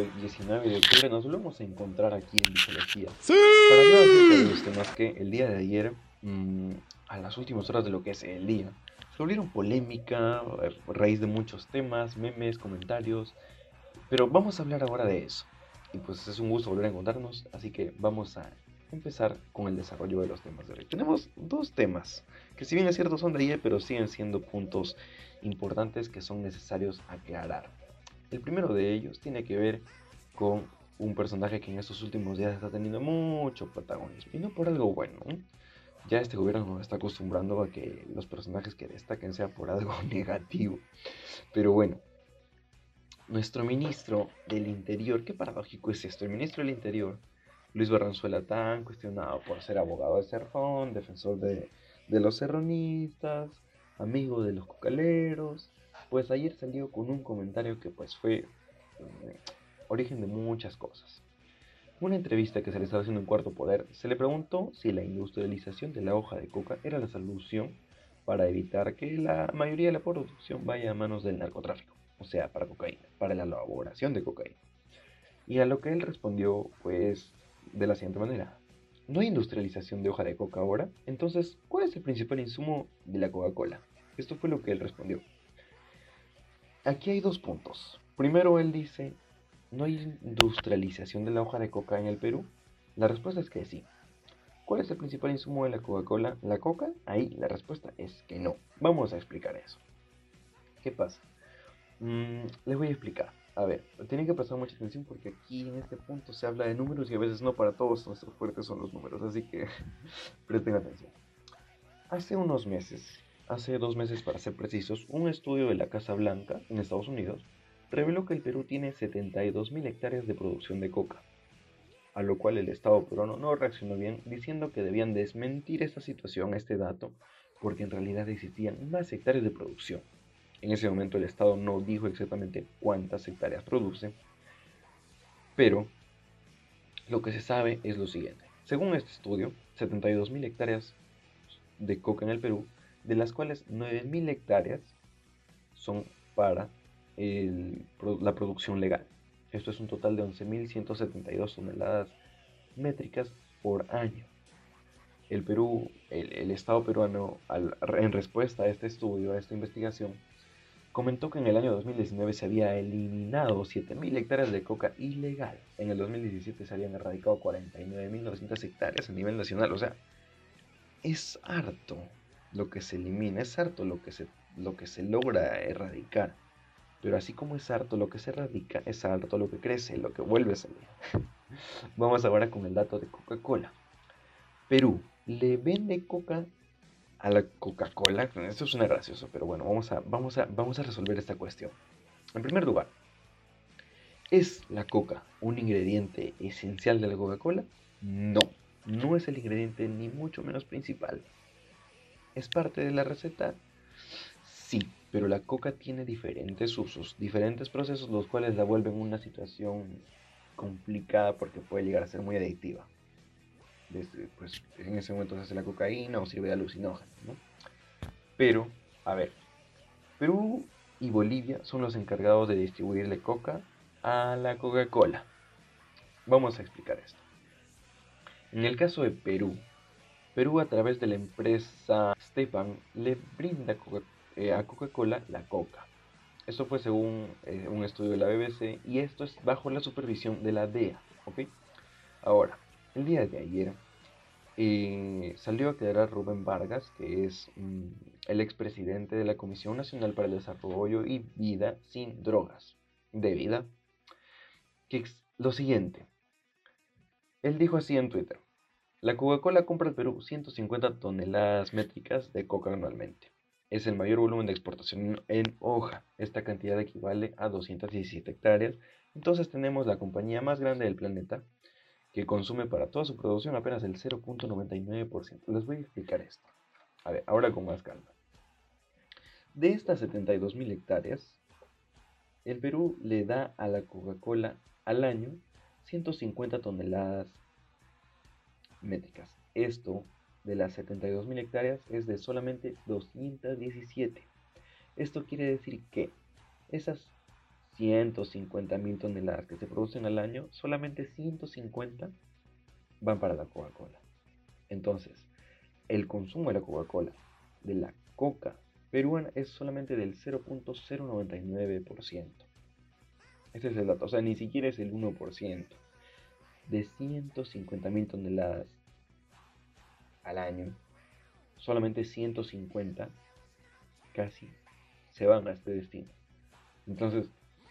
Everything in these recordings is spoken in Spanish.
19 de octubre nos volvemos a encontrar aquí en Bicología ¡Sí! para hablar acerca de los temas que el día de ayer, a las últimas horas de lo que es el día, se volvieron polémica a raíz de muchos temas, memes, comentarios, pero vamos a hablar ahora de eso. Y pues es un gusto volver a encontrarnos, así que vamos a empezar con el desarrollo de los temas de hoy. Tenemos dos temas, que si bien es cierto son de ayer, pero siguen siendo puntos importantes que son necesarios aclarar. El primero de ellos tiene que ver con un personaje que en estos últimos días está teniendo mucho protagonismo, y no por algo bueno, ¿eh? Ya este gobierno nos está acostumbrando a que los personajes que destaquen sea por algo negativo. Pero bueno, nuestro ministro del Interior, qué paradójico es esto, el ministro del Interior, Luis Barranzuela, tan cuestionado por ser abogado de Cerrón, defensor de los serronistas, amigo de los cocaleros, pues ayer salió con un comentario que pues fue origen de muchas cosas. Una entrevista que se le estaba haciendo en Cuarto Poder, se le preguntó si la industrialización de la hoja de coca era la solución para evitar que la mayoría de la producción vaya a manos del narcotráfico, o sea, para cocaína, para la elaboración de cocaína. Y a lo que él respondió, pues, de la siguiente manera. ¿No hay industrialización de hoja de coca ahora? Entonces, ¿cuál es el principal insumo de la Coca-Cola? Esto fue lo que él respondió. Aquí hay dos puntos. Primero, él dice, ¿no hay industrialización de la hoja de coca en el Perú? La respuesta es que sí. ¿Cuál es el principal insumo de la Coca-Cola? ¿La coca? Ahí la respuesta es que no. Vamos a explicar eso. ¿Qué pasa? Les voy a explicar. A ver, tienen que prestar mucha atención porque aquí en este punto se habla de números y a veces no para todos nuestros fuertes son los números, así que presten atención. Hace unos meses, hace 2 meses para ser precisos, un estudio de la Casa Blanca en Estados Unidos reveló que el Perú tiene 72.000 hectáreas de producción de coca, a lo cual el Estado peruano no reaccionó bien, diciendo que debían desmentir esta situación, este dato, porque en realidad existían más hectáreas de producción. En ese momento el Estado no dijo exactamente cuántas hectáreas produce, pero lo que se sabe es lo siguiente. Según este estudio, 72.000 hectáreas de coca en el Perú, de las cuales 9.000 hectáreas son para la producción legal. Esto es un total de 11.172 toneladas métricas por año. El Perú, el Estado peruano, en respuesta a este estudio, a esta investigación, comentó que en el año 2019 se había eliminado 7.000 hectáreas de coca ilegal. En el 2017 se habían erradicado 49.900 hectáreas a nivel nacional. O sea, es harto lo que se elimina, es harto lo que se logra erradicar. Pero así como es harto lo que se erradica, es harto lo que crece, lo que vuelve a salir. Vamos ahora con el dato de Coca-Cola. Perú le vende coca a la Coca-Cola. Esto suena gracioso, pero bueno, vamos a resolver esta cuestión. En primer lugar, ¿es la coca un ingrediente esencial de la Coca-Cola? No, no es el ingrediente ni mucho menos principal. ¿Es parte de la receta? Sí, pero la coca tiene diferentes usos, diferentes procesos, los cuales la vuelven una situación complicada porque puede llegar a ser muy adictiva. Pues en ese momento se hace la cocaína o sirve de alucinógeno, ¿no? Pero, a ver, Perú y Bolivia son los encargados de distribuirle coca a la Coca-Cola. Vamos a explicar esto. En el caso de Perú, Perú a través de la empresa Stepan le brinda a Coca-Cola la coca. Esto fue según un estudio de la BBC y esto es bajo la supervisión de la DEA, ¿ok? Ahora, el día de ayer salió a aclarar Rubén Vargas, que es el expresidente de la Comisión Nacional para el Desarrollo y Vida sin Drogas, de vida, que lo siguiente. Él dijo así en Twitter: la Coca-Cola compra al Perú 150 toneladas métricas de coca anualmente. Es el mayor volumen de exportación en hoja. Esta cantidad equivale a 217 hectáreas. Entonces tenemos la compañía más grande del planeta que consume para toda su producción apenas el 0.99%. Les voy a explicar esto. A ver, ahora con más calma. De estas 72.000 hectáreas, el Perú le da a la Coca-Cola al año 150 toneladas métricas. Esto de las 72.000 hectáreas es de solamente 217. Esto quiere decir que esas 150.000 toneladas que se producen al año, solamente 150 van para la Coca-Cola. Entonces, el consumo de la Coca-Cola, de la coca peruana, es solamente del 0.099%. Ese es el dato, o sea, ni siquiera es el 1%. De 150.000 toneladas al año, solamente 150 casi se van a este destino. Entonces,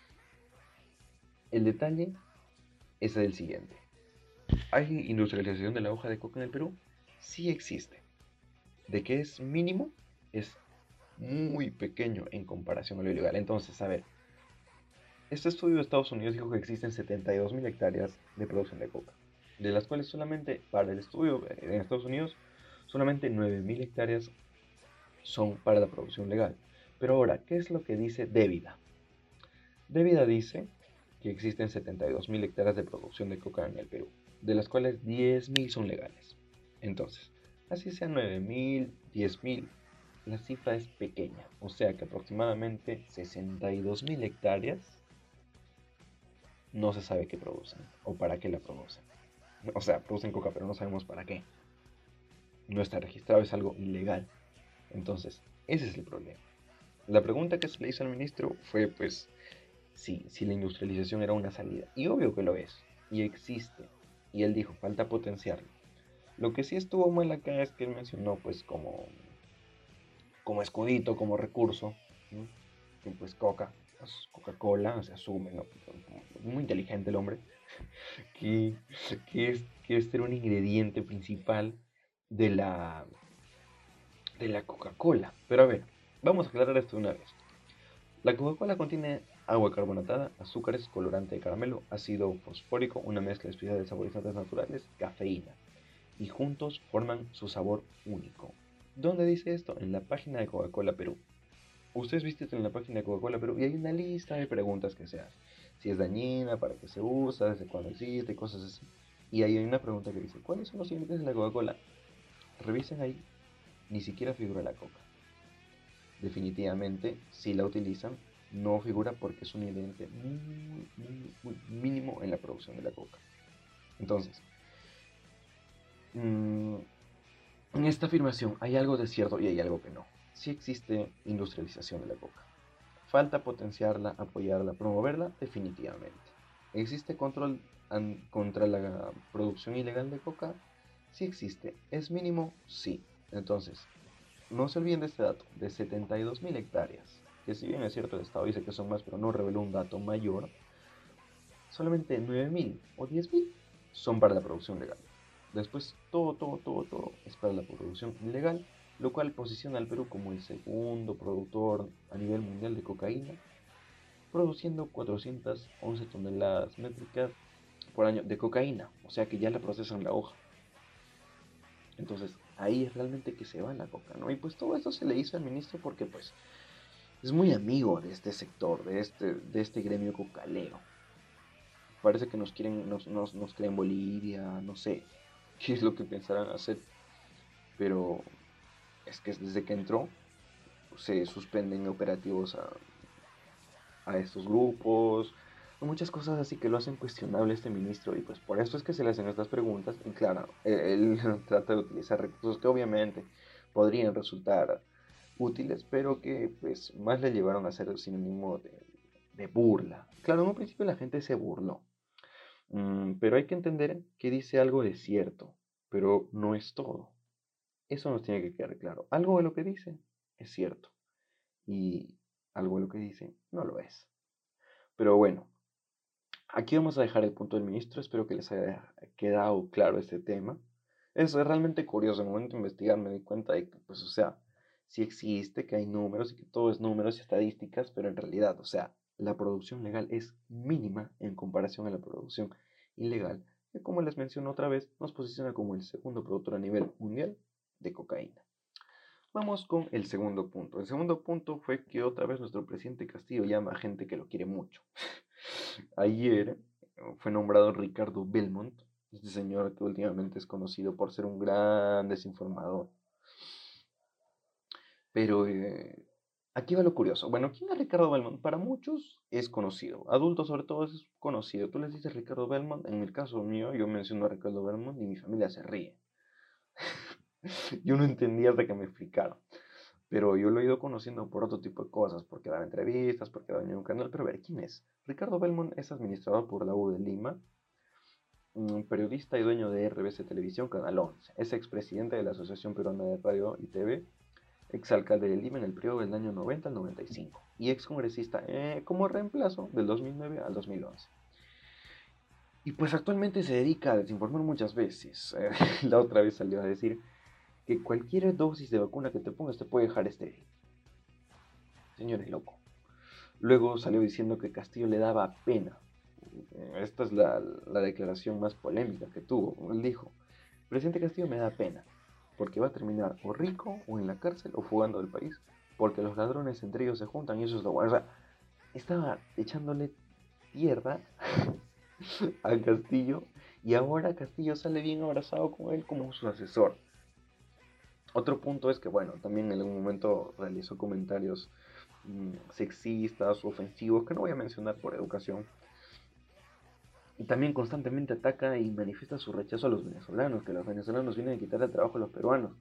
el detalle es el siguiente. ¿Hay industrialización de la hoja de coca en el Perú? Sí existe. ¿De qué es mínimo? Es muy pequeño en comparación a lo ilegal. Entonces, a ver, este estudio de Estados Unidos dijo que existen 72.000 hectáreas de producción de coca, de las cuales solamente para el estudio en Estados Unidos, solamente 9.000 hectáreas son para la producción legal. Pero ahora, ¿qué es lo que dice Débida? Débida dice que existen 72.000 hectáreas de producción de coca en el Perú, de las cuales 10.000 son legales. Entonces, así sean 9.000, 10.000, la cifra es pequeña, o sea que aproximadamente 62.000 hectáreas no se sabe qué producen o para qué la producen. O sea, producen coca, pero no sabemos para qué. No está registrado, es algo ilegal. Entonces, ese es el problema. La pregunta que se le hizo al ministro fue, pues, si la industrialización era una salida. Y obvio que lo es. Y existe. Y él dijo, falta potenciarlo. Lo que sí estuvo mal acá es que él mencionó, pues, como escudito, como recurso, ¿no? Que pues Coca-Cola, se asume, ¿no? Muy inteligente el hombre, que, que este era un ingrediente principal de la Coca-Cola. Pero a ver, vamos a aclarar esto de una vez. La Coca-Cola contiene agua carbonatada, azúcares, colorante de caramelo, ácido fosfórico, una mezcla especial de saborizantes naturales, cafeína, y juntos forman su sabor único. ¿Dónde dice esto? En la página de Coca-Cola Perú. Ustedes visiten en la página de Coca-Cola Perú y hay una lista de preguntas que se hacen. Si es dañina, para qué se usa, desde cuándo existe, cosas así. Y ahí hay una pregunta que dice, ¿cuáles son los ingredientes de la Coca-Cola? Revisen ahí, ni siquiera figura la coca. Definitivamente, si la utilizan, no figura porque es un ingrediente muy mínimo en la producción de la coca. Entonces, mmm, en esta afirmación hay algo de cierto y hay algo que no. Sí existe industrialización de la coca. Falta potenciarla, apoyarla, promoverla, definitivamente. ¿Existe control contra la producción ilegal de coca? Sí existe. ¿Es mínimo? Sí. Entonces, no se olviden de este dato, de 72.000 hectáreas, que si bien es cierto el Estado dice que son más, pero no reveló un dato mayor, solamente 9.000 o 10.000 son para la producción legal. Después todo es para la producción ilegal, lo cual posiciona al Perú como el segundo productor a nivel mundial de cocaína, produciendo 411 toneladas métricas por año de cocaína, o sea que ya la procesan la hoja. Entonces ahí es realmente que se va la coca, ¿no? Y pues todo esto se le hizo al ministro porque pues es muy amigo de este sector, de este gremio cocalero. Parece que nos creen Bolivia, no sé qué es lo que pensarán hacer, pero es que desde que entró se suspenden operativos a estos grupos, muchas cosas así que lo hacen cuestionable este ministro y pues por eso es que se le hacen estas preguntas y claro, él trata de utilizar recursos que obviamente podrían resultar útiles, pero que pues más le llevaron a ser sinónimo de burla. Claro, en un principio la gente se burló, pero hay que entender que dice algo de cierto, pero no es todo. Eso nos tiene que quedar claro. Algo de lo que dice es cierto y algo de lo que dice no lo es. Pero bueno, aquí vamos a dejar el punto del ministro. Espero que les haya quedado claro este tema. Es realmente curioso. En el momento de investigar me di cuenta de que, pues, o sea, sí existe, que hay números y que todo es números y estadísticas, pero en realidad, o sea, la producción legal es mínima en comparación a la producción ilegal, que como les menciono otra vez, nos posiciona como el segundo productor a nivel mundial de cocaína. Vamos con el segundo punto. El segundo punto fue que otra vez nuestro presidente Castillo llama a gente que lo quiere mucho. Ayer fue nombrado Ricardo Belmont, este señor que últimamente es conocido por ser un gran desinformador. Pero Aquí va lo curioso. Bueno, ¿quién es Ricardo Belmont? Para muchos es conocido. Adultos sobre todo es conocido. Tú les dices Ricardo Belmont. En el caso mío, yo menciono a Ricardo Belmont y mi familia se ríe. Yo no entendía hasta que me explicaron. Pero yo lo he ido conociendo por otro tipo de cosas, porque daba entrevistas, porque daba en un canal. Pero a ver, ¿quién es? Ricardo Belmont es administrador por la U de Lima, un periodista y dueño de RBC Televisión, Canal 11. Es expresidente de la Asociación Peruana de Radio y TV, exalcalde de Lima en el periodo del año 90 al 95 y excongresista como reemplazo del 2009 al 2011. Y pues actualmente se dedica a desinformar muchas veces. La otra vez salió a decir que cualquier dosis de vacuna que te pongas te puede dejar estéril. Señor, es loco. Luego salió diciendo que Castillo le daba pena. Esta es la declaración más polémica que tuvo. Él dijo, presidente Castillo me da pena, porque va a terminar o rico o en la cárcel o fugando del país, porque los ladrones entre ellos se juntan y eso es lo bueno. O sea, estaba echándole tierra a Castillo y ahora Castillo sale bien abrazado con él como su asesor. Otro punto es que, bueno, también en algún momento realizó comentarios sexistas, ofensivos, que no voy a mencionar por educación. Y también constantemente ataca y manifiesta su rechazo a los venezolanos, que los venezolanos vienen a quitar el trabajo a los peruanos.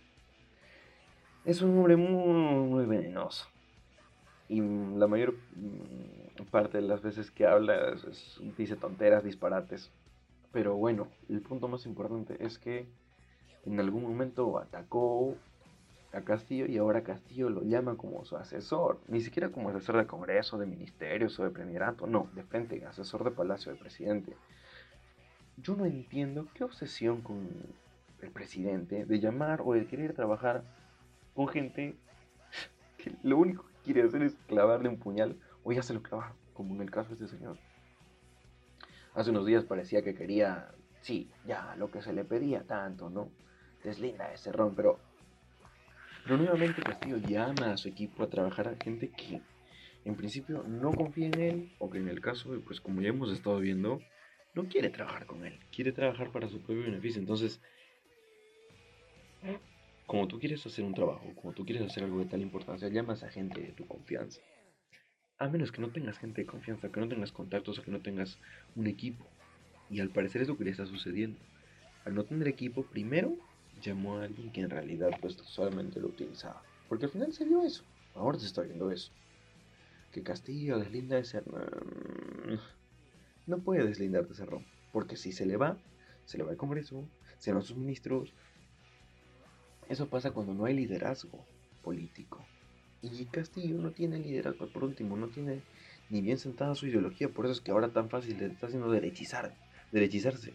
Es un hombre muy, muy venenoso. Y la mayor parte de las veces que habla dice tonteras, disparates. Pero bueno, el punto más importante es que en algún momento atacó a Castillo y ahora Castillo lo llama como su asesor. Ni siquiera como asesor de Congreso, de ministerios o de premierato. No, de frente, asesor de Palacio del Presidente. Yo no entiendo qué obsesión con el presidente de llamar o de querer trabajar con gente que lo único que quiere hacer es clavarle un puñal o ya se lo clavaron, como en el caso de este señor. Hace unos días parecía que quería, sí, ya lo que se le pedía tanto, ¿no? Deslinda ese ron, pero nuevamente Castillo llama a su equipo a trabajar a gente que en principio no confía en él o que en el caso, pues como ya hemos estado viendo, no quiere trabajar con él, quiere trabajar para su propio beneficio. Entonces, como tú quieres hacer un trabajo, como tú quieres hacer algo de tal importancia, llamas a gente de tu confianza. A menos que no tengas gente de confianza, que no tengas contactos o que no tengas un equipo. Y al parecer es lo que le está sucediendo. Al no tener equipo, primero llamó a alguien que en realidad pues solamente lo utilizaba. Porque al final se vio eso. Ahora se está viendo eso. Que Castillo deslinda ese... No puede deslindar de ese ron. Porque si se le va el Congreso, se van sus ministros. Eso pasa cuando no hay liderazgo político. Y Castillo no tiene liderazgo, por último, no tiene ni bien sentada su ideología, por eso es que ahora tan fácil le está haciendo derechizarse.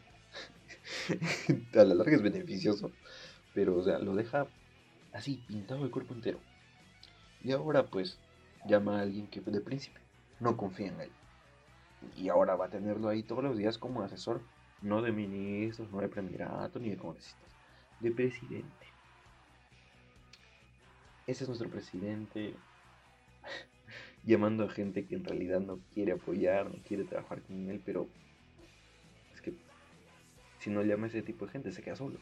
A la larga es beneficioso, pero o sea, lo deja así, pintado el cuerpo entero. Y ahora pues llama a alguien que de principio no confía en él. Y ahora va a tenerlo ahí todos los días como asesor, no de ministros, no de premierato, ni de congresistas, de presidente. Ese es nuestro presidente, llamando a gente que en realidad no quiere apoyar, no quiere trabajar con él, pero es que si no llama a ese tipo de gente se queda solo.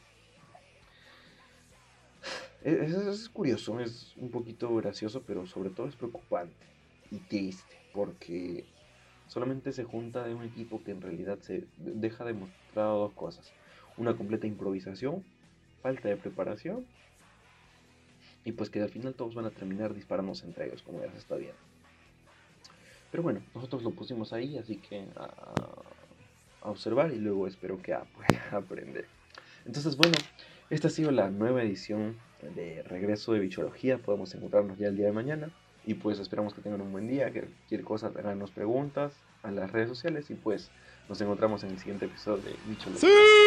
Es curioso, es un poquito gracioso, pero sobre todo es preocupante y triste, porque solamente se junta de un equipo que en realidad se deja demostrado dos cosas. Una completa improvisación, falta de preparación, y pues que al final todos van a terminar disparándose entre ellos, como ya se está viendo. Pero bueno, nosotros lo pusimos ahí, así que a observar y luego espero que pueda aprender. Entonces, bueno, esta ha sido la nueva edición de Regreso de Bichología. Podemos encontrarnos ya el día de mañana. Y pues esperamos que tengan un buen día, que cualquier cosa háganos preguntas a las redes sociales y pues nos encontramos en el siguiente episodio de Bichología. ¡Sí!